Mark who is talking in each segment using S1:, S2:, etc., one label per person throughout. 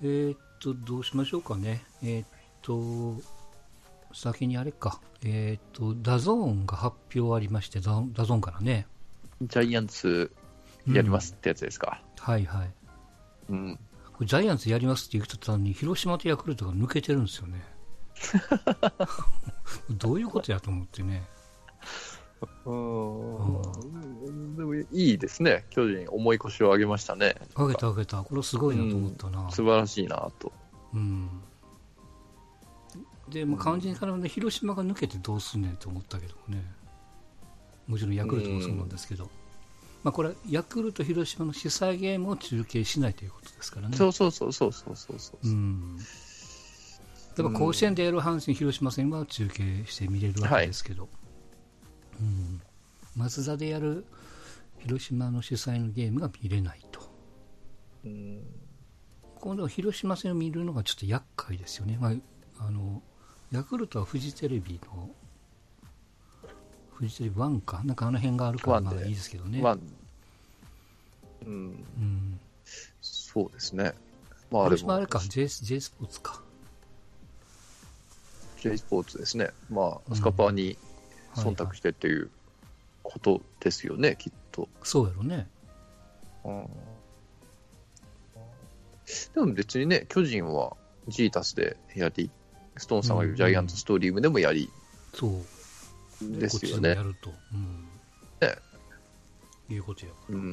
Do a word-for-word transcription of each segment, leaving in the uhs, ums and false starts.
S1: えーっと、どうしましょうかね。えーっと、先にあれか。えーっと、ダゾーンが発表ありまして、ダダゾーンからね。
S2: ジャイアンツやりますってやつですか。
S1: うん、はいはい。
S2: うん。
S1: これジャイアンツやりますって言ってたのに、広島とヤクルトが抜けてるんですよね。どういうことやと思ってね。
S2: うん、でもいいですね。巨人、重い腰を上げましたね。
S1: 上げた上げた。これすごいなと思ったな。
S2: うん、素晴らしいなと。
S1: うん。で、まあ、肝心からね、広島が抜けてどうすんねんと思ったけどもね。もちろんヤクルトもそうなんですけど。うん、まあ、これはヤクルト、広島の主催ゲームを中継しないということですからね。
S2: そうそうそうそうそうそうそう。
S1: うん。例えば甲子園でやる阪神・広島戦は中継して見れるわけですけど、はい、うん、松田でやる広島の主催のゲームが見れないと。うん、今度は広島戦を見るのがちょっと厄介ですよね。まあ、あのヤクルトはフジテレビのフジテレビワンかなんかあの辺があるからまだいいですけどね。ワン、
S2: うんうん、そうですね。まあ、
S1: 広島あれか J, J スポーツか。
S2: J スポーツですね。まあ、スカパーに忖度してっていうことですよね、うんはいはい、きっと。
S1: そうやろね。
S2: うん、でも別にね、巨人はジータスでやり、ストーンさんがジャイアンツストリームでもやり、
S1: うんうん、そうですよね。やると、うん、ね、いうことや。うん、うん、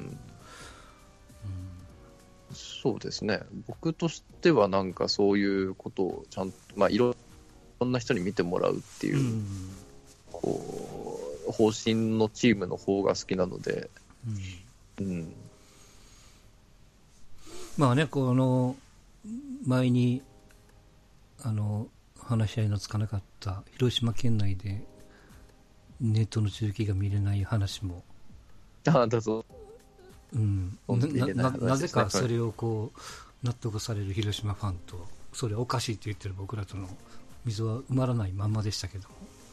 S2: そうですね。僕としてはなんかそういうことをちゃんと、まあいろんな人に見てもらうっていう、うん、こう方針のチームの方が好きなので、うん、うん、
S1: まあね、この前にあの話し合いのつかなかった広島県内でネットの中継が見れない話も、
S2: ああだぞ、
S1: うん、な, な, なぜかそれをこう納得される広島ファンと、それおかしいって言ってる僕らとの溝は埋まらないまんまでしたけど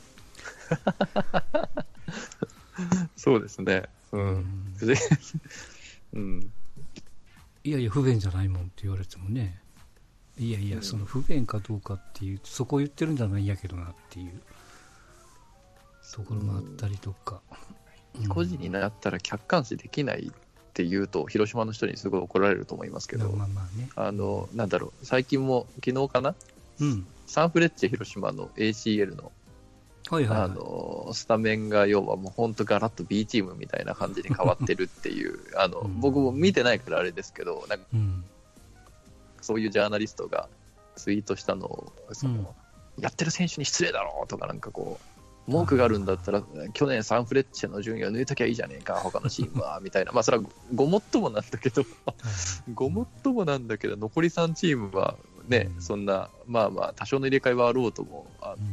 S2: そうですね、うん、うん、
S1: いやいや不便じゃないもんって言われてもね、いやいやその不便かどうかっていう、そこを言ってるんじゃないんやけどなっていうところもあったりとか、
S2: うん、個人になったら客観視できないって言うと広島の人にすごい怒られると思いますけど、まあまあね、あのなんだろう、最近も昨日かな、うん、サンフレッチェ広島の エーシーエル の、はいはいはい、あのスタメンが要はもう本当ガラッと B チームみたいな感じに変わってるっていうあの、うん、僕も見てないからあれですけど、なんか、うん、そういうジャーナリストがツイートしたのをその、うん、やってる選手に失礼だろうとかなんかこう文句があるんだったら去年サンフレッチェの順位を抜いときゃいいじゃねえか他のチームはみたいな、まあそれはごもっともなんだけどごもっともなんだけど残りさんチームはね、うん、そんなまあまあ多少の入れ替えはあろうともあの、うん、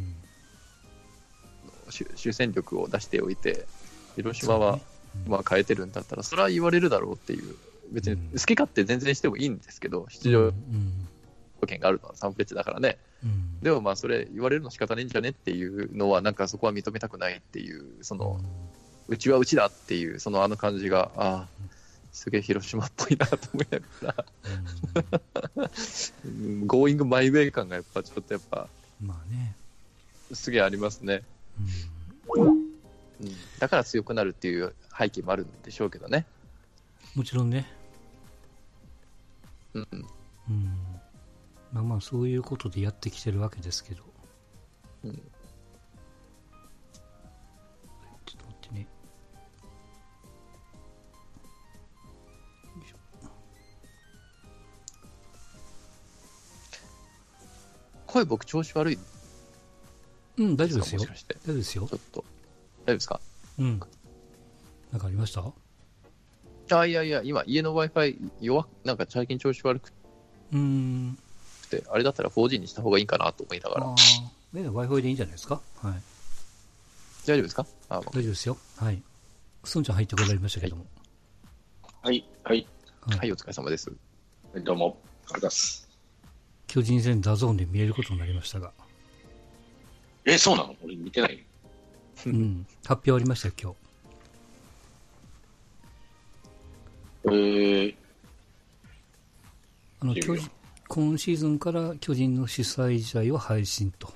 S2: 主戦力を出しておいて広島は、ね、うん、まあ変えてるんだったらそれは言われるだろうっていう、別に好き勝手全然してもいいんですけど、出場権があるのはサンフレッチェだからね、うん、でもまあそれ言われるの仕方ないんじゃねっていうのはなんかそこは認めたくないっていう、その、うん、うちはうちだっていうそのあの感じが、ああすげえ広島っぽいなと思いながら、うん、ゴーイングマイウェイ感がやっぱちょっとやっぱ、まあね、すげえありますね、うんうん、だから強くなるっていう背景もあるんでしょうけどね、
S1: もちろんね、
S2: うん、うん、
S1: まあまあそういうことでやってきてるわけですけど、うん、ちょっと待ってね、
S2: 声僕調子悪い？
S1: うん、大丈夫ですよ。大丈夫ですよ。
S2: ちょっと大丈夫ですか？
S1: うん。なんかありました？
S2: あ、いやいや、今家の Wi-Fi 弱、なんか最近調子悪くて、うーん、あれだったら フォージー にした方がいいかなと思いながら。ああ、
S1: Wi-Fi でいいんじゃないですか？はい。
S2: 大丈夫ですか？あ、
S1: 大丈夫ですよ。はい。すんちゃん入ってこられましたけども。
S3: はい、はい。
S2: はい、はい、お疲れ様です。
S3: はい、どうも、ありがとうございます。
S1: 巨人戦ダゾーンで見れることになりましたが。
S3: え、そうなの？俺見てない。
S1: うん。発表ありましたよ、今日。
S3: えー、
S1: あの巨人今シーズンから巨人の主催試合を配信と。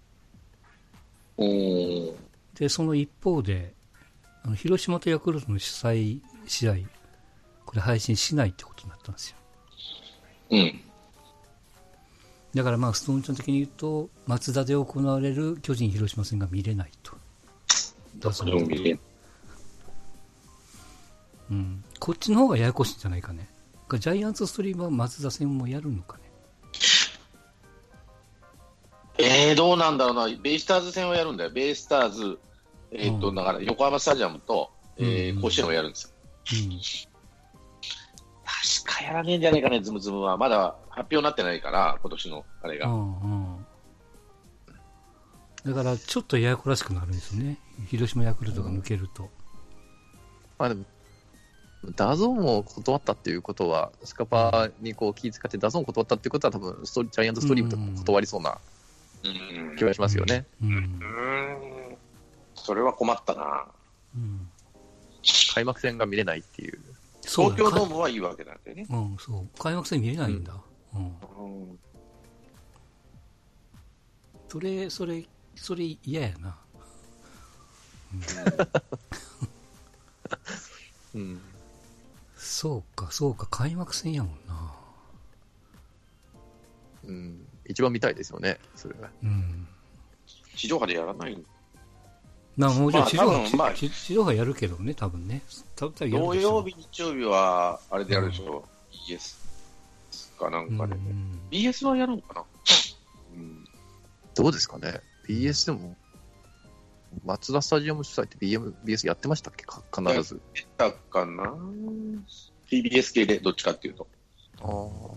S3: お
S1: で、その一方で、あの広島とヤクルトの主催試合、これ配信しないってことになったんですよ。
S3: うん。
S1: だからまあ、ストーンちゃん的に言うと、松田で行われる巨人広島戦が見れないと。
S3: だそれを見れん。
S1: うん。こっちの方がややこしいんじゃないかね。ジャイアンツストリームは松田戦もやるのかね。
S3: えー、どうなんだろうな。ベイスターズ戦をやるんだよ。ベイスターズ、えーっと、
S1: うん、
S3: だから横浜スタジアムと、えー、甲子園をやるんですよ。
S1: うん。
S3: 確かやらねえんじゃないかね、ズムズムは。まだ発表になってないから、今年のあれが。
S1: うんうん。だからちょっとややこらしくなるんですよね。広島ヤクルトが抜けると。うん、
S2: まあでも、ダゾーンを断ったっていうことは、スカパーにこう気遣ってダゾーンを断ったっていうことは、多分ストジャイアンツストリームと断りそうな気がしますよね。
S1: うん。うん、
S3: うんそれは困ったな。
S1: うん。
S2: 開幕戦が見れないっていう。
S3: 東京ドームはいいわけなんだよね。
S1: うん、そう。開幕戦見れないんだ。うん。うん、それ、それ、それ嫌やな。
S2: うん。うん
S1: そうか、そうか、開幕戦やもんな。
S2: うん、一番見たいですよね、それは。
S1: うん。
S3: 地上波でやらない
S1: まあ、もちろん地上波、
S3: まあ、
S1: 地上波やるけどね、多分ね。多分やる
S3: 土曜日、日曜日は、あれでやるでしょ、うん、ビーエス かなんかで、ね、うん、ビーエス はやるのかな、
S2: うん、どうですかね、ビーエス でも、マツダスタジアム主催って ビーエム、ビーエス やってましたっけか、必ず。
S3: やったかな ティービーエス 系でどっちかっていうと。
S2: ああ。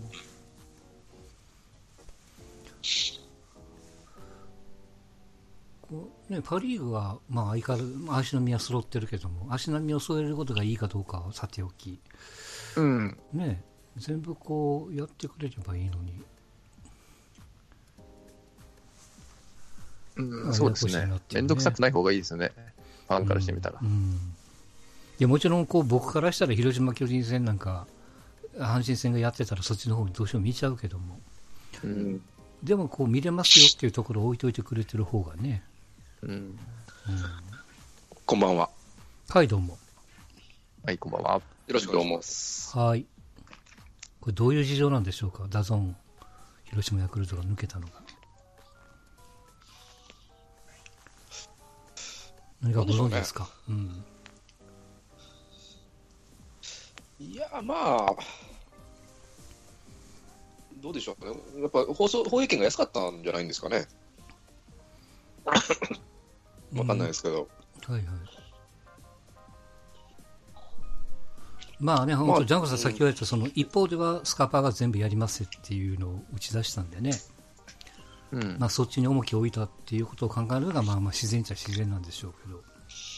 S1: ね、パ・リーグは、まあ、相変わらず足並みは揃ってるけども、足並みを添えることがいいかどうかはさておき、
S2: うん、
S1: ね、全部こうやってくれればいいのに、
S2: うん、そうですね、面倒くさくない方がいいですよね、ファンからしてみたら。
S1: うんうん、いやもちろんこう僕からしたら、広島巨人戦なんか、阪神戦がやってたら、そっちの方にどうしても見ちゃうけども、
S2: うん、
S1: でもこう見れますよっていうところを置いといてくれてる方がね。
S2: うんうん、
S3: こんばんは。
S1: はい、どうも。
S2: はい、こんばんは。よ
S3: ろしくお願いします。
S1: はい。これどういう事情なんでしょうか、ダゾーン、広島ヤクルトが抜けたのが。何かご存知ですか。うね、
S3: うん、いや、まあ、どうでしょうね。やっぱ放送、放映権が安かったんじゃないんですかね。わかんないですけど、
S1: うん、はいはい。まあね、本当、まあ、ジャンコさん、先ほど言った、その一方ではスカパーが全部やりますっていうのを打ち出したんでね、うん、まあそっちに重きを置いたっていうことを考えるのが、まあまあ自然っちゃ自然なんでしょうけど。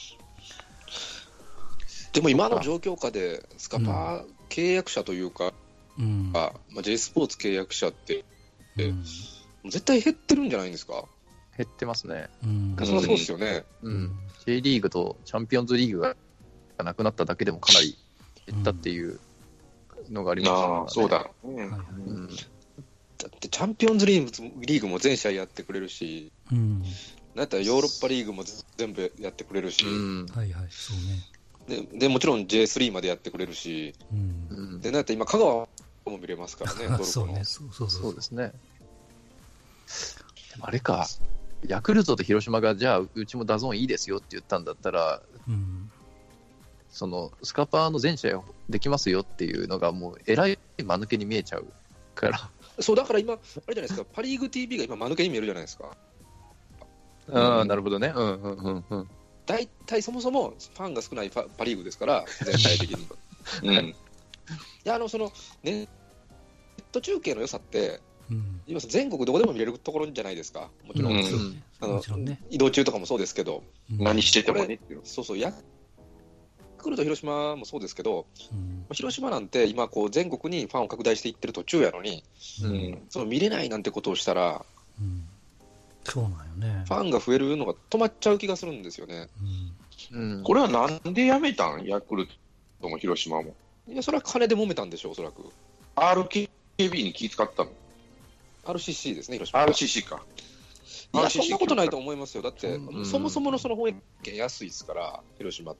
S4: でも今の状況下で、スカパー契約者というか、うん、あまあ、J スポーツ契約者って、うん、絶対減ってるんじゃないんですか。
S2: 減ってますね。
S4: うん、そりゃそうですよね、
S2: うん。J リーグとチャンピオンズリーグがなくなっただけでもかなり減ったっていうのがありますね。
S3: うん、あそうだ、うん
S4: うん。だってチャンピオンズリーグ、リーグも全試合やってくれるし、うん、なんやったらヨーロッパリーグも全部やってくれるし、うん、
S1: はいはい、そう
S4: ね。で, でもちろん ジェイスリー までやってくれるし、うん、でなんやったら今香川も見れますからね。トルコの
S1: そうね、そうそうそう
S2: そうですね。でもあれか、ヤクルトと広島がじゃあうちもダゾーンいいですよって言ったんだったら、うん、そのスカパーの全試合できますよっていうのがもうえらい間抜けに見えちゃうから。
S4: そうだから今あれじゃないですか、パリーグ ティービー が今間抜けに見えるじゃないですか。
S2: ああ、なるほどね。うんうんうんうん。
S4: 大体そもそもファンが少ないパリーグですから全体的に。うん、いやあのそのネット中継の良さって。うん、今全国どこでも見れるところじゃないですか。もちろん、うん、あのもちろんね、移動中とかもそうですけど、
S3: うん、何しててもね。
S4: そうそう、ヤクルト広島もそうですけど、うん、広島なんて今こう全国にファンを拡大していってる途中やのに、うん、その見れないなんてことをしたら、
S1: うん、そうなんよね。
S4: ファンが増えるのが止まっちゃう気がするんですよね。
S3: うんうん、これはなんでやめたん、ヤクルトも広島も。
S4: いや、それは金で揉めたんでしょう、おそらく。
S3: アールケービー に気遣ったの。
S4: アールシーシー ですね、広島。
S3: アールシーシー か。
S4: いや、そんなことないと思いますよ。だって、うん、そもそものその放映権安いですから、広島って。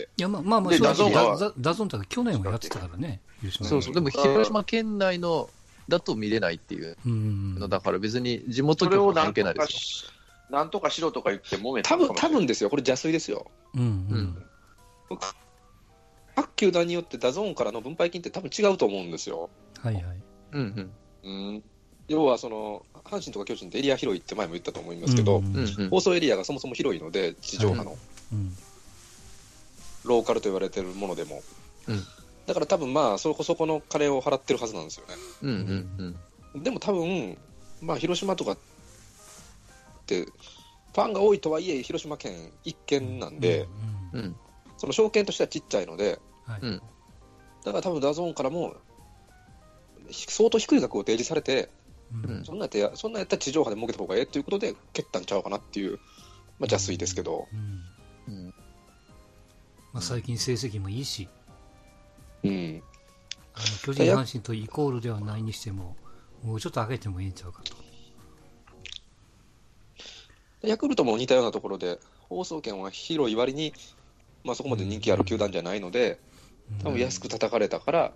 S1: いや、まあまあまあ、
S3: ダゾーンは
S1: ダゾーンとか去年はやってたからね、広島。
S2: そうそう、でも広島県内のだと見れないっていうの、だから別に地元局は関係ないですよ。
S3: なんとかしろとか言って揉めた
S4: 多分多分ですよ、これ邪推ですよ。
S1: うんうん
S4: 各球団によってダゾーンからの分配金って多分違うと思うんですよ。
S1: はいはい。
S2: うん
S4: うん、要はその阪神とか巨人ってエリア広いって前も言ったと思いますけど、
S2: うんうん、
S4: 放送エリアがそもそも広いので、地上波の、うん、ローカルと言われてるものでも、うん、だから多分まあそこそこの金を払ってるはずなんですよね。
S2: うんうん
S4: うん、でも多分、まあ、広島とかってファンが多いとはいえ広島県一県なんで、うんうん、その証券としてはちっちゃいので、はい、だから多分ダゾーンからも相当低い額を提示されて、うん、そんなやってそんなやったら地上波で儲けた方がええということで蹴ったんちゃうかなっていう、まあ、邪推ですけど、うんうん
S1: まあ、最近成績もいいし、
S4: うん、
S1: あの巨人阪神とイコールではないにしてももうちょっと上げてもいいんちゃうかと。
S4: ヤクルトも似たようなところで放送権は広い割に、まあ、そこまで人気ある球団じゃないので、うん、多分安く叩かれたから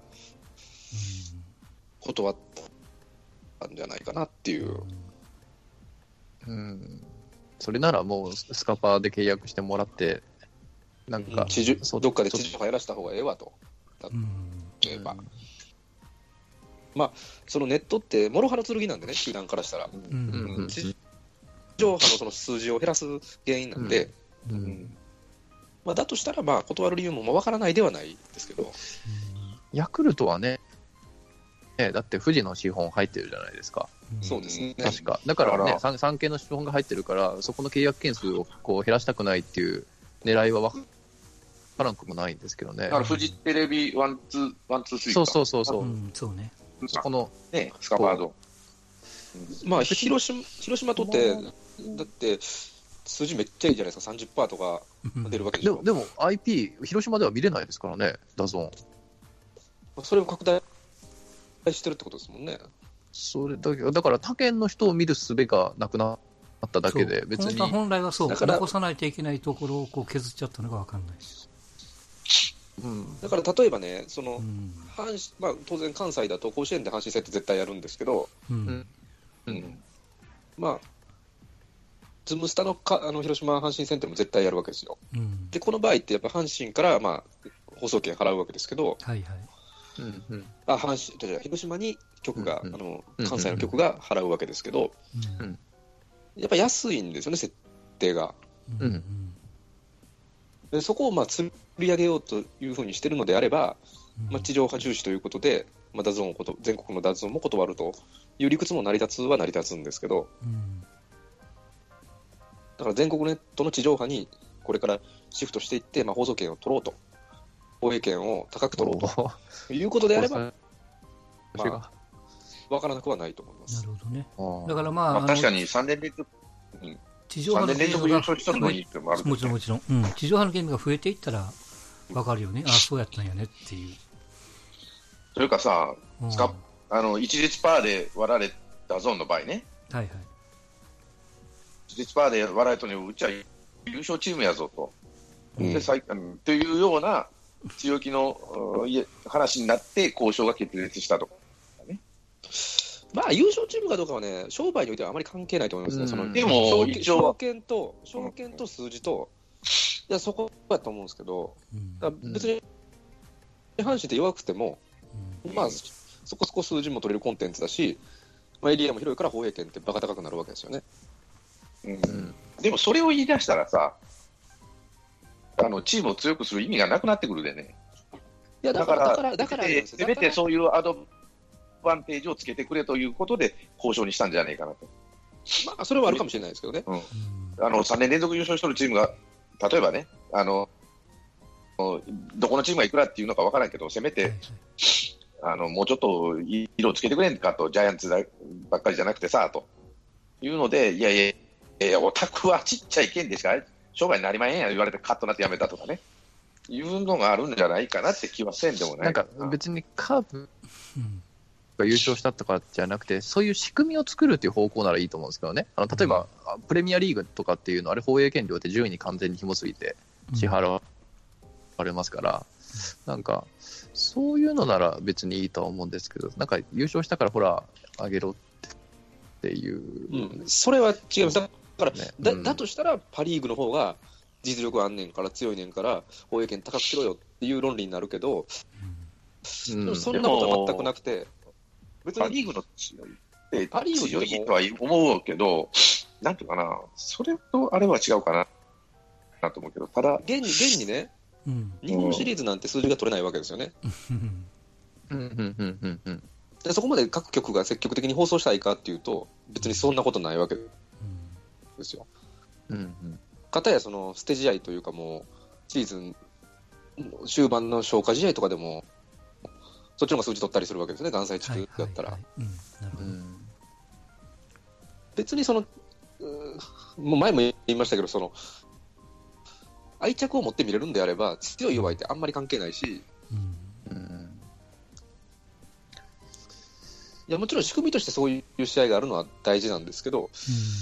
S4: 断ったんじゃないかなっていう、
S2: うんうん、それならもうスカパーで契約してもらってなんか、
S4: うん、どっかで地上波やらせた方がええわと、例えば、うん、まあそのネットって諸刃の剣なんでね、球団からしたら、うんうん、地上波のその数字を減らす原因なんで、うんうんまあ、だとしたらまあ断る理由もわからないではないですけど、
S2: ヤクルトはね、ねだって富士の資本入ってるじゃないですか。
S4: そうですね。
S2: 確か。だからね、産経の資本が入ってるから、そこの契約件数をこう減らしたくないっていう狙いは分からんくもないんですけどね。
S3: だからフジテレビワンツーワンツースリー
S2: そうそうそうそう。
S1: うん、そうね。
S2: そこの
S3: ねスカパード。
S4: まあ広島広島とってだって数字めっちゃいいじゃないですか、 さんじゅっパーセント とか出るわけでしょ。
S2: でも、でも アイピー 広島では見れないですからね、ダゾー
S4: ン。それを拡大してるってことですもんね。
S2: それだけだから他県の人を見る術がなくなっただけで、別に
S1: 本来はそうだから残さないといけないところをこう削っちゃったのが分かんないです。
S4: うん、だから例えばね、その、うん、阪神まあ、当然関西だと甲子園で阪神戦って絶対やるんですけど、うんうん、まあズムスタのかあの広島阪神戦っても絶対やるわけですよ、うん、でこの場合ってやっぱ阪神から、まあ、放送権払うわけですけど、はいはいうんうん、あ阪神広島に局が、うんうん、あの関西の局が払うわけですけど、うんうん、やっぱ安いんですよね、設定が、うんうん、でそこをまあ釣り上げようというふうにしてるのであれば、まあ、地上波重視ということで、まあ、ダゾーンをこと全国のダゾーンも断るという理屈も成り立つは成り立つんですけど、うん、だから全国ネットの地上波にこれからシフトしていって、まあ、放送権を取ろうと、放映権を高く取ろうということであれば、まあ、分からなくはないと思います。
S1: なるほどね。だからまあ、
S3: まあ、確かにさんねん連続、うん、
S1: 地上波のゲームがもちろんもちろん、うん、地上波のゲームが増えていったら分かるよね。ああそうやったんやねっていう。
S3: それかさ、うん、あの一律パーで割られたゾーンの場合ね、はいはい、一律パーで割られたのにうちは優勝チームやぞと、うん、で最というような強気の話になって交渉が決裂したとか、ね、
S4: まあ優勝チームかどうかはね、商売においてはあまり関係ないと思いますね。その
S3: でも
S4: 証券と証券と数字と、いやそこだと思うんですけど、だ別に阪神って弱くても、まあそこそこ数字も取れるコンテンツだし、まあ、エリアも広いから放映権ってバカ高くなるわけですよね。
S3: うんうん、でもそれを言い出したらさ、あのチームを強くする意味がなくなってくるでね。
S4: いやだからだからだから
S3: せめてそういうアドバンテージをつけてくれということで交渉にしたんじゃないかなと。
S4: まあそれはあるかもしれないですけどね。うん、
S3: あのさんねん連続優勝してるチームが例えばね、あのどこのチームがいくらっていうのかわからないけど、せめてあのもうちょっと色をつけてくれんかと、ジャイアンツばっかりじゃなくてさというので、いやいやいやオタクはちっちゃい県でしか商売になりまへんや言われてカッとなってやめたとかね、いうのがあるんじゃないかなって気はせんでもない。
S2: なんか別にカープが優勝したとかじゃなくて、そういう仕組みを作るっていう方向ならいいと思うんですけどね。あの例えば、うん、プレミアリーグとかっていうのはあれ放映権料って順位に完全に紐づいて支払われますから、うん、なんかそういうのなら別にいいとは思うんですけど、なんか優勝したからほらあげろっていう、
S4: うん、それは違います。だから、ね、だ, だとしたらパ・リーグの方が実力あんねんから強いねんから放映権高くしろよっていう論理になるけど、うん、でもそんなことは全くなくて、
S3: 別にパ・リーグの強いってパ・リーグ強いとは思うけど、なんていうかな、それとあれは違うかななと思うけど、ただ
S4: 現に現にね、うん、日本シリーズなんて数字が取れないわけですよね。でそこまで各局が積極的に放送したいかっていうと別にそんなことないわけですよ。うんうん、かたやその捨て試合というかもうシーズン終盤の消化試合とかでもそっちの方が数字取ったりするわけですね、関西地区だったら。別にそのもう前も言いましたけど、その愛着を持って見れるんであれば強い弱いってあんまり関係ないし、うんうん、いやもちろん仕組みとしてそういう試合があるのは大事なんですけど、うん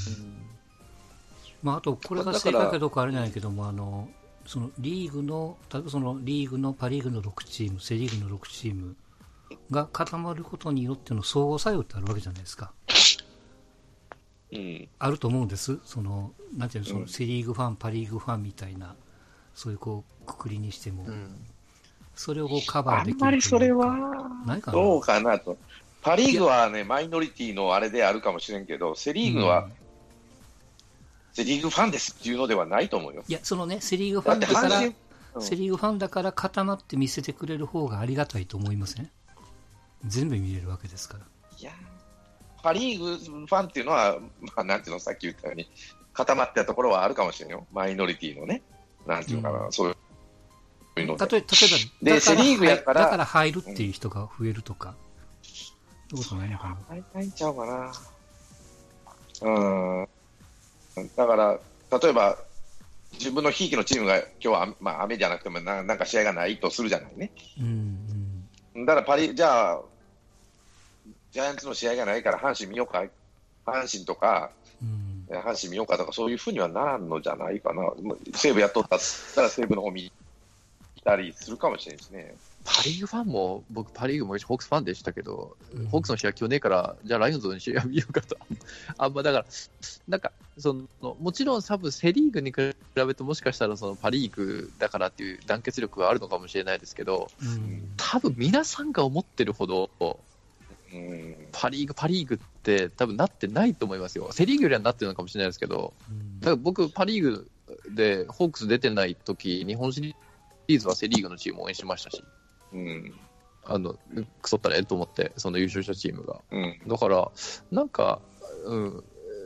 S1: まあ、あとこれが正解かどうかあれないけども、あのそのリーグの例えばそのリーグのパ・リーグのろくチーム、セ・リーグのろくチームが固まることによっての相互作用ってあるわけじゃないですか。うん、あると思うんです。そのなんていうの、そのセ・リーグファン、パ・リーグファンみたいなそういうこうくくりにしても、うん、それをこうカバーできるというか。
S3: あんまりそれはないかな、どうかなと。パ・リーグはねマイノリティのあれであるかもしれんけど、セ・リーグは、うん、セ・リーグファンですっていうのではないと思うよ。
S1: いや、そのね、セ・リーグファンだから、うん、セ・リーグファンだから固まって見せてくれる方がありがたいと思いません？全部見れるわけですから。
S3: いや、パ・リーグファンっていうのは、まあ、なんていうの、さっき言ったように、固まったところはあるかもしれんよ。マイノリティのね、なんていうのかな、うん、そういうので。
S1: 例えば、でセ・リーグやから、だから入るっていう人が増えるとか、そういうことないのかな。
S3: 入りたいんちゃうかな。うん。だから例えば自分のひいきのチームが今日は、まあ、雨じゃなくても な, なんか試合がないとするじゃないね、うんうん、だからパリじゃあジャイアンツの試合がないから阪神見ようか、阪神とか、うん、阪神見ようかとかそういうふうにはならんのじゃないかな。西武やっとったら西武の方見たりするかもしれないですね。
S2: パ・リーグファンも僕パ・リーグもホークスファンでしたけど、うん、ホークスの試合今日ねえからじゃあライオンズの試合見ようかとあんまだからなんかそのもちろん多分セ・リーグに比べてもしかしたらそのパ・リーグだからっていう団結力はあるのかもしれないですけど、うん、多分皆さんが思ってるほど、うん、パ・リーグパ・リーグって多分なってないと思いますよ。セ・リーグよりはなってるのかもしれないですけど、うん、だから僕パ・リーグでホークス出てない時日本シリーズはセ・リーグのチームを応援しましたし、うん、あのクソったねと思ってその優勝したチームが、うん、だからなんか、うん、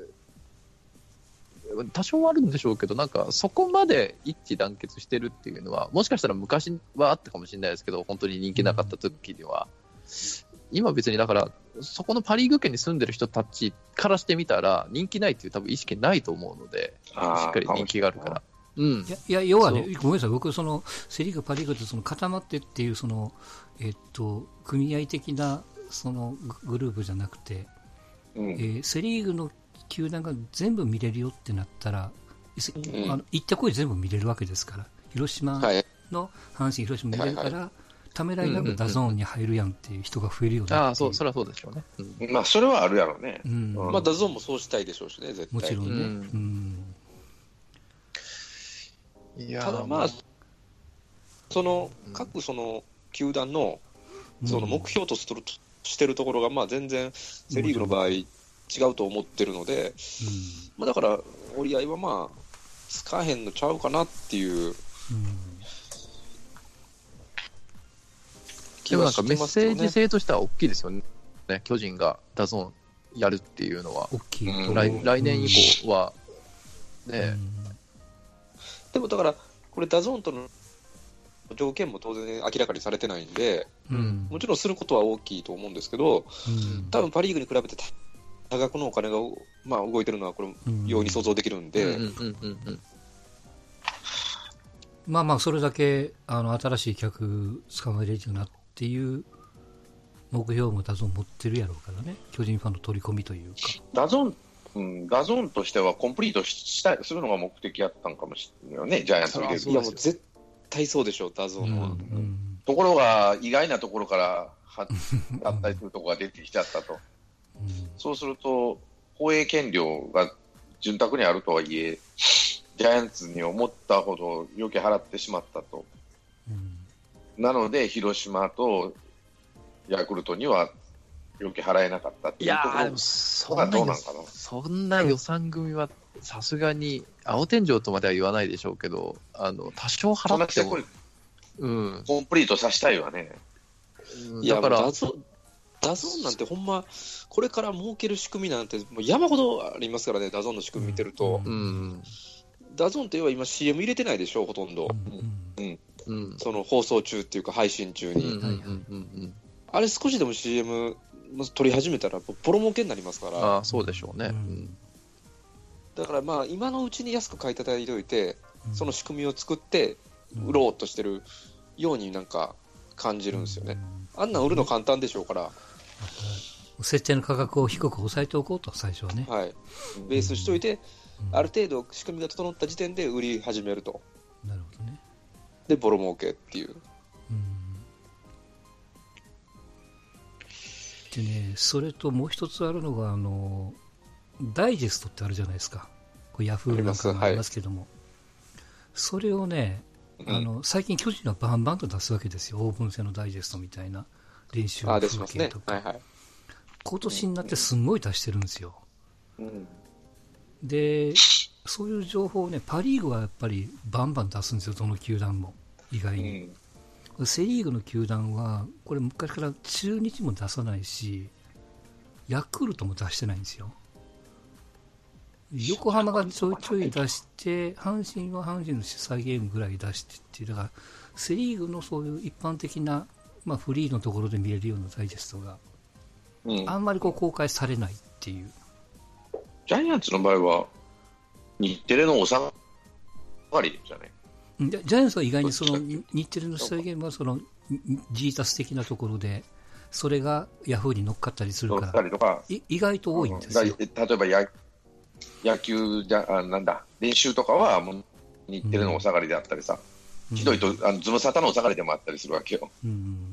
S2: 多少はあるんでしょうけどなんかそこまで一致団結してるっていうのはもしかしたら昔はあったかもしれないですけど本当に人気なかった時には、うん、今別にだからそこのパ・リーグ圏に住んでる人たちからしてみたら人気ないっていう多分意識ないと思うのでしっかり人気があるから。うん、
S1: い, やいや要はね、ごめんなさい、僕そのセ・リーグ、パ・リーグってその固まってっていうその、えっと、組合的なそのグループじゃなくて、うんえー、セ・リーグの球団が全部見れるよってなったら、うん、あの行った声全部見れるわけですから、広島の阪神、広島見れるから、はいはいはい、ためらいなくダゾーンに入るやんっていう人が増えるようになって、
S2: ああ、そう、それはそうでしょうね。
S3: うん、まあそれはあるやろうね。
S4: うんまあ、ダゾーンもそうしたいでしょうしね、絶対に。
S1: もちろんね。うんうん
S4: いやただまあその各その球団のその目標とする、うん、してるところがまあ全然セ・リーグの場合違うと思ってるので、うんまあ、だから折り合いはまあつかへんのちゃうかなっていう、うん、
S2: でもなんかメッセージ性としては大きいですよね。巨人がダゾーンやるっていうのは
S1: 大きい、
S2: うん、来, 来年以降はね、うん
S4: でもだからこれダゾーンとの条件も当然明らかにされてないんで、うん、もちろんすることは大きいと思うんですけど、うん、多分パ・リーグに比べて多額のお金が、まあ、動いてるのはこれ容易に想像できるんで、
S1: まあまあそれだけあの新しい客捕まえれるようになっていう目標もダゾーン持ってるやろうからね、巨人ファンの取り込みというか。
S3: ダゾーン、うん、ダゾーンとしてはコンプリートしたいするのが目的やったんかもしれないよね、ジャイアンツのゲーム。
S4: いやもう絶対そうでしょう、ダゾーンは。うんうん、
S3: ところが、意外なところからは脱退するところが出てきちゃったと、うん、そうすると、放映権料が潤沢にあるとはいえ、ジャイアンツに思ったほど余計払ってしまったと、うん、なので、広島とヤクルトには余計払えなかったっていうところがどうなんかな。
S2: そんな予算組はさすがに、青天井とまでは言わないでしょうけど、あの多少払っても、
S3: うん、コンプリートさせたいわね。
S4: うん、だからダゾーンなんてほんま、これから儲ける仕組みなんてもう山ほどありますからね、ダゾーンの仕組み見てると。うん、ダゾーンって要は今 シーエム 入れてないでしょ、ほとんど。うんうん、その放送中っていうか配信中に。あれ少しでも シーエム 取り始めたらボロ儲けになりますから。
S2: あ、そうでしょうね。うん、
S4: だからまあ今のうちに安く買い叩いておいて、その仕組みを作って売ろうとしてるようになんか感じるんですよね。あんなん売るの簡単でしょうから。
S1: 設定の価格を低く抑えておこうと、最初はね。
S4: はい。ベースしといて、うん、ある程度仕組みが整った時点で売り始めると。
S1: なるほどね。
S4: で、ボロ儲けっていう。うん、
S1: でね、それともう一つあるのが、あの、ダイジェストってあるじゃないですか。これヤフーなんかもありますけども。はい、それをね、あの、うん、最近巨人はバンバンと出すわけですよ。オープン戦のダイジェストみたいな練習の風景とか。ね、はいはい、今年になってすんごい出してるんですよ。うん、で、そういう情報をね、パ・リーグはやっぱりバンバン出すんですよ、どの球団も。意外に。うん、セ・リーグの球団は、これ昔から中日も出さないし、ヤクルトも出してないんですよ。横浜がちょいちょい出して、阪神は阪神の主催ゲームぐらい出してっていう、だからセ・リーグのそういう一般的な、まあ、フリーのところで見れるようなダイジェストが、うん、あんまりこう公開されないっていう。
S3: ジャイアンツの場合は、日テレのお下がりじゃない？
S1: ジャイアンツは意外にその日テレの主催ゲームはそのジータス的なところで、それがヤフーに乗っかったりするから、か意外と多いんですよ。
S3: 例えばや野球じゃあなんだ練習とかはもう日テレのお下がりであったりさ、うん、ひどいとあのズムサタのお下がりでもあったりするわけよ、うん、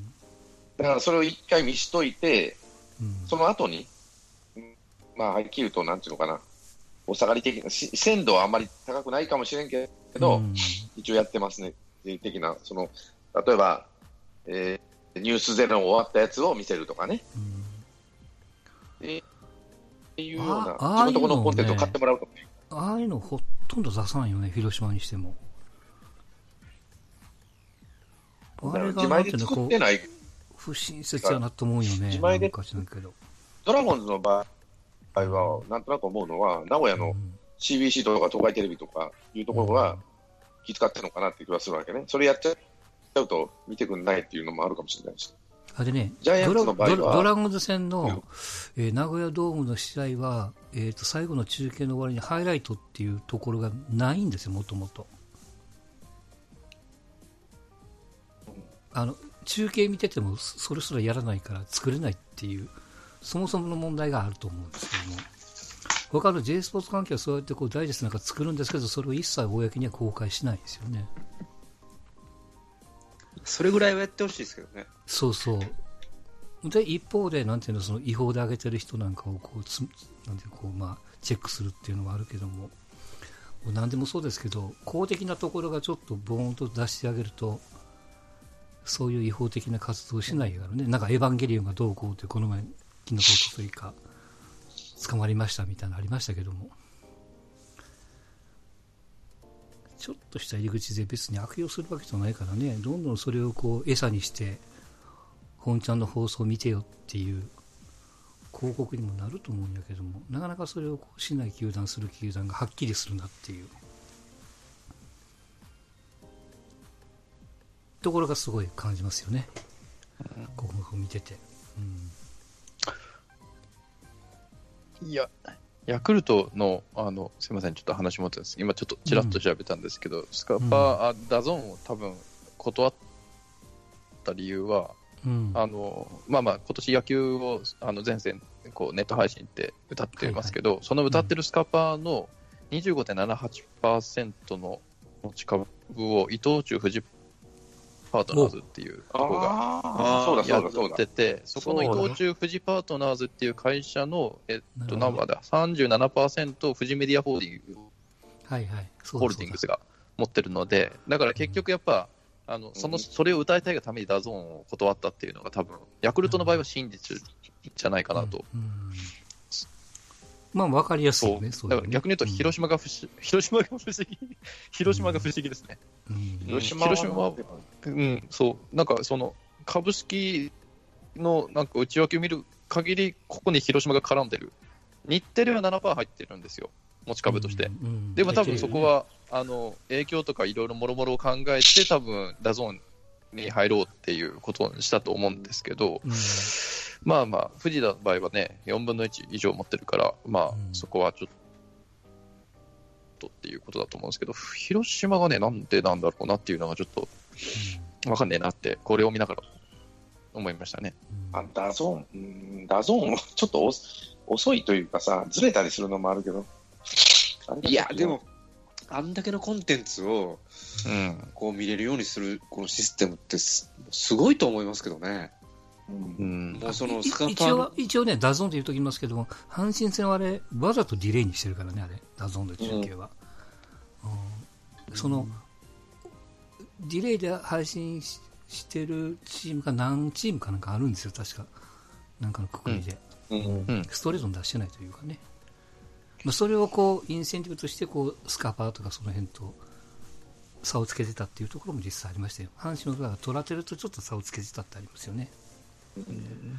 S3: だからそれを一回見しといて、うん、その後にまあはっきり言うとなんていうのかな、お下がり的な鮮度はあんまり高くないかもしれんけど、うん、一応やってますね的な、その例えば、えー、ニュースゼロの終わったやつを見せるとかね、うん、でっていうような、自分のところのコンテンツを買ってもらうとか、
S1: ああいうのほとんど出さないよね、広島にしても。あれが
S3: 自前で作ってない、
S1: 不親切やなと思うよね。
S3: 自前でドラゴンズの場合は、なんとなく思うのは、名古屋の シービーシー とか東海テレビとかいうところが気遣ってるのかなって気がするわけね。それやっちゃうと見てくんないっていうのもあるかもしれないし。
S1: あれね、
S3: ジャイアンツの場合は
S1: ド, ラドラゴンズ戦の、えー、名古屋ドームの試合は、えー、と最後の中継の終わりにハイライトっていうところがないんですよ、もともと。あの中継見ててもそれすらやらないから作れないっていう、そもそもの問題があると思うんですけども、他の J スポーツ関係はそうやってこうダイジェストなんか作るんですけど、それを一切公には公開しないですよね。
S4: それぐらいはやってほしいですけどね。
S1: そうそう。で一方でなんていうの、その違法で上げてる人なんかをこうつなんていうこうまあチェックするっていうのはあるけども、何でもそうですけど、公的なところがちょっとボーンと出してあげると、そういう違法的な活動をしないからね。なんかエヴァンゲリオンがどうこうってこの前昨日とというか捕まりましたみたいなのありましたけども、ちょっとした入り口で別に悪用するわけじゃないからね、どんどんそれをこう餌にして本ちゃんの放送を見てよっていう広告にもなると思うんだけども、なかなかそれをこうしない球団する球団がはっきりするなっていうところがすごい感じますよね、うん、ここを見てて、
S2: うん、いやヤクルトの、あのすみません、ちょっと話もってます、今ちょっとちらっと調べたんですけど、うん、スカパー、うん、ダゾーンを多分断った理由は、 うん、あのまあまあ今年野球をあの全線こうネット配信って歌ってますけど、はいはい、その歌ってるスカパーの にじゅうごてんななはちパーセント の持ち株を伊藤忠富士パートナーズっていうところがやってて、そこの伊藤忠富士パートナーズっていう会社の、えっと、ナンバーだ さんじゅうななパーセント を富士メディアホールディング、はいはい、ホールディングスが持ってるので、だから結局やっぱ、あのそのそれを歌いたいがためにダゾーンを断ったっていうのが多分ヤクルトの場合は真実じゃないかなと。うんうん、
S1: まあ分かりやすいよね。
S2: そうだから逆に言うと広島が不思、うん、広島が不思議広島が不思議ですね。うん、広島は、広島はうん、そうなんかその株式のなんか内訳を見る限りここに広島が絡んでる。日テレは ななパーセント 入ってるんですよ。持ち株として、うんうん、でも多分そこは、ね、あの影響とかいろいろもろもろを考えて多分ダゾーンに入ろうっていうことにしたと思うんですけど、うん、まあまあ富士の場合はねよんぶんのいち以上持ってるからまあ、うん、そこはちょっとっていうことだと思うんですけど、広島がねなんでなんだろうなっていうのがちょっと分かんねえなってこれを見ながら思いましたね。
S3: あダゾーンダゾーンもちょっと遅いというかさずれたりするのもあるけど、
S4: いやでもあんだけのコンテンツをこう見れるようにするこのシステムってすごいと思いますけどね。うん、もうそのスカパー
S1: 一応一応ねダゾーンって言うときますけども、阪神戦はあれわざとディレイにしてるからね、あれダゾーンの中継は、うん、そのディレイで配信 し, してるチームが何チームかなんかあるんですよ確か、なんかのくくりで、うんうん、ストレートに出してないというかね。まあ、それをこうインセンティブとしてこうスカパーとかその辺と差をつけてたっていうところも実際ありましたよ。阪神のドラが取られるとちょっと差をつけてたってありますよね、うん、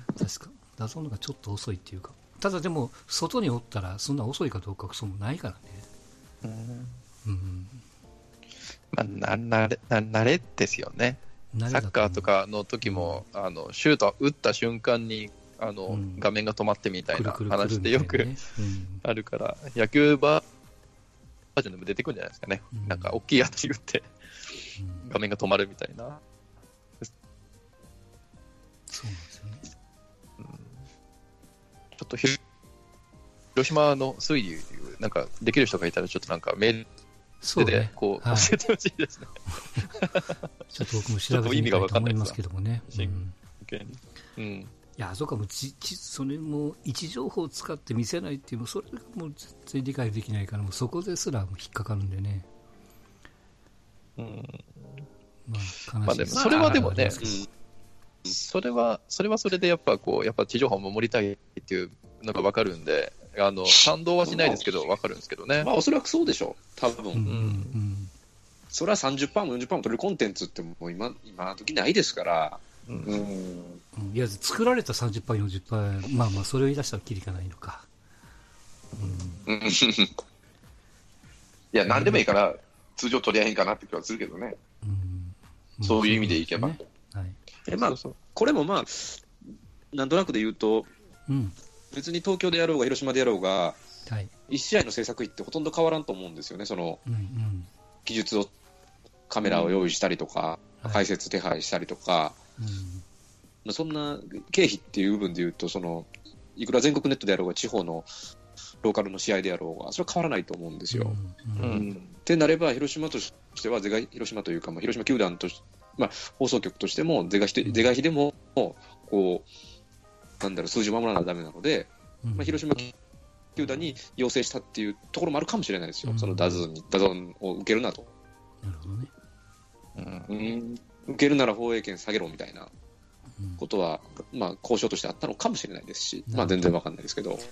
S1: 確かダゾーンのがちょっと遅いっていうか、ただでも外におったらそんな遅いかどうかそうもないからね。うん、うん、
S2: まあ、な, な, れな慣れですよね。サッカーとかの時も、うん、あのシュート打った瞬間にあの、うん、画面が止まってみたいな話ってよくあるから、うん、野球バージョンでも出てくるんじゃないですかね、うん、なんか大きい当たり打って、うん、画面が止まるみたいな。
S1: そうなんですよね、
S2: うん、ちょっと広島の推理なんかできる人がいたらちょっとなんかメールでこう、ね、はい、教えてほしいですね。
S1: ちょっと僕も調べてみたいと思いますけどもね。
S2: うん、
S1: いや、そうかもちちそれも位置情報を使って見せないっていうのそれがもう全然理解できないからもうそこですらもう引っかかるんでね。
S2: うん、
S1: まあ悲しい、
S2: まあ、でもそれはでもね、うん、それはそれはそれでやっぱこうやっぱ地上波を守りたいっていうのが分かるんで、あの賛同はしないですけど分かるんですけどね。
S4: まあおそらくそうでしょう多分。うんうんう
S1: ん、
S4: それは さんじゅっパーセント も よんじゅっパーセント も取れるコンテンツってもう今今時ないですから。うんうん、
S1: いや作られた さんじゅっパーセント、よんじゅっパーセント、まあまあそれを言い出したらキリがないのか、
S3: うん、いや何でもいいから通常取り合えへんかなって気はするけどね、うん、そういう意味でいけば、ね、
S4: はい、えまあ、そうそうこれもまあなんとなくで言うと、うん、別に東京でやろうが広島でやろうが、はい、いち試合の制作費ってほとんど変わらんと思うんですよね。その、うんうん、技術をカメラを用意したりとか、うん、解説手配したりとか、うんまあ、そんな経費っていう部分でいうとそのいくら全国ネットであろうが地方のローカルの試合であろうがそれは変わらないと思うんですよ。うんうんうん、ってなれば広島としては是が広島というか、まあ、広島球団とし、まあ、放送局としても是が非でもこうなんだろう数字を守らないとダメなので、まあ、広島球団に要請したっていうところもあるかもしれないですよ、うん、そのダゾーンにダゾーンを受けるなと。
S1: なるほどね、
S4: うん、受けるなら放映権下げろみたいなことは、うんまあ、交渉としてあったのかもしれないですし、まあ、全然わかんないですけど、はい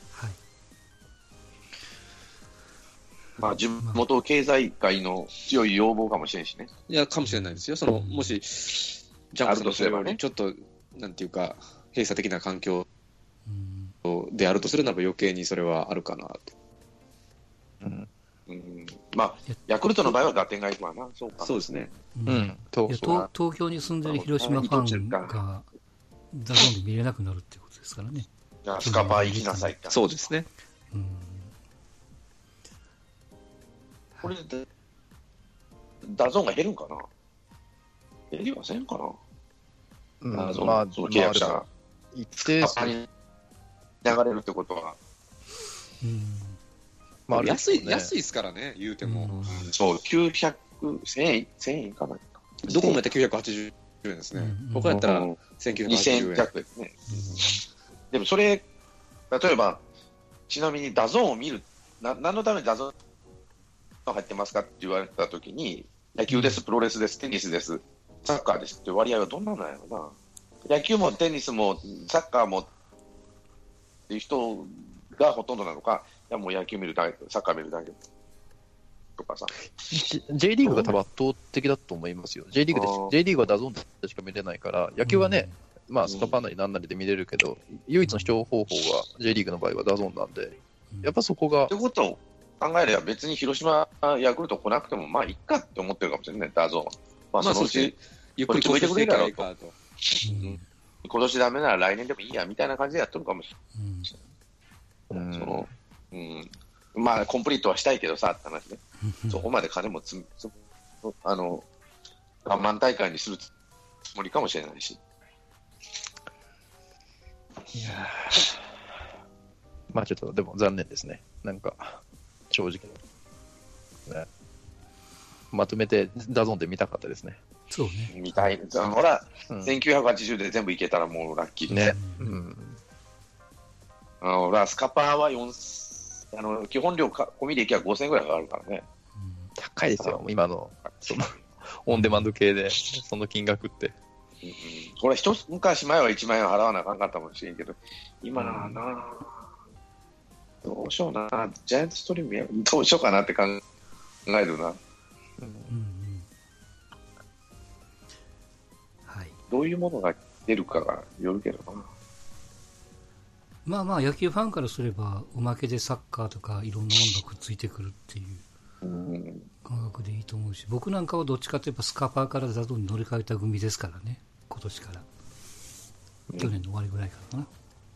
S3: まあ、地元経済界の強い要望かもしれんしね。
S4: いやかもしれないですよ。そのもしジャンプのそれよりちょっとなんていうか閉鎖的な環境であるとするならば余計にそれはあるかなと。
S3: うんうん、まあヤクルトの場合は合点がいくわな。そうか。
S4: そうですね。
S1: うん、いや 東, 東京に住んでる広島ファンがダゾーンで見れなくなるっていうことですからね。
S3: スカパー行きなさいって。
S4: そうですね。うん、
S3: これでダゾーンが減るんかな。減りはせんかな。 うん、あその、まあ、その契約者が
S2: 一定数
S3: に流れるってことは、
S4: うんまあ、安い、ね、安いですからね、言うても。
S3: うん、そう、きゅうひゃく、せんえん、せんえんいかないか。
S4: どこもやったらきゅうひゃくはちじゅうえんですね。うん、他やったらせんきゅうひゃくはちじゅうえん。
S3: にせんえん弱ですね。うん、でもそれ、例えば、ちなみにダゾーンを見る、な何のためにダゾーンが入ってますかって言われたときに、野球です、プロレスです、テニスです、サッカーですって割合はどんなんなんやろな。野球もテニスもサッカーもっていう人がほとんどなのか、いやもう野球見るだけ、サッカー見るだけとかさ。
S2: J リーグが多分圧倒的だと思いますよ。J リーグで、J リーグはダゾーンでしか見れないから、野球はね、うん、まあスカパーなりなんなりで見れるけど、うん、唯一の視聴方法は J リーグの場合はダゾーンなんで、やっぱそこが。
S3: ってことを考えれば別に広島、ヤクルト来なくても、まあいいかって思ってるかもしれない、ダゾーンは。まあそのうち、ゆっくり決めてくれるだろうと。うん、今年ダメなら来年でもいいやみたいな感じでやってるかもしれない。うん、そのうん、まあコンプリートはしたいけどさって話ね。そこまで金もつつあの我慢大会にするつもりかもしれないし。
S2: いやまあちょっとでも残念ですね。なんか正直、ね、まとめてダゾーンで見たかったですね。
S1: そうね。
S3: 見たい。ほら、うん、せんきゅうひゃくはちじゅうで全部いけたらもうラッキー
S2: ね。うん。
S3: あのほらスカパーはよんあの基本料か込みでいけばごせんえんぐらいかかるからね。
S2: 高いですよ。今のそのオンデマンド系でその金額って。
S3: うんうん、これ一昔前はいちまんえん払わなあかんかったかもしれんけど、今はな、うん、どうしような、ジャイアントストリームやどうしようかなって考えるな。うんうんはい、どういうものが出るかがよるけどな。
S1: まあまあ野球ファンからすればおまけでサッカーとかいろんなものがくっついてくるっていう感覚でいいと思うし、僕なんかはどっちかといえばスカパーからダゾーンに乗り換えた組ですからね、今年から去年の終わりぐらいからかな。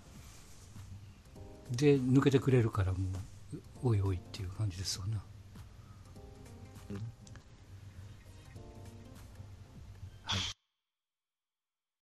S1: で抜けてくれるからもうおいおいっていう感じですわな。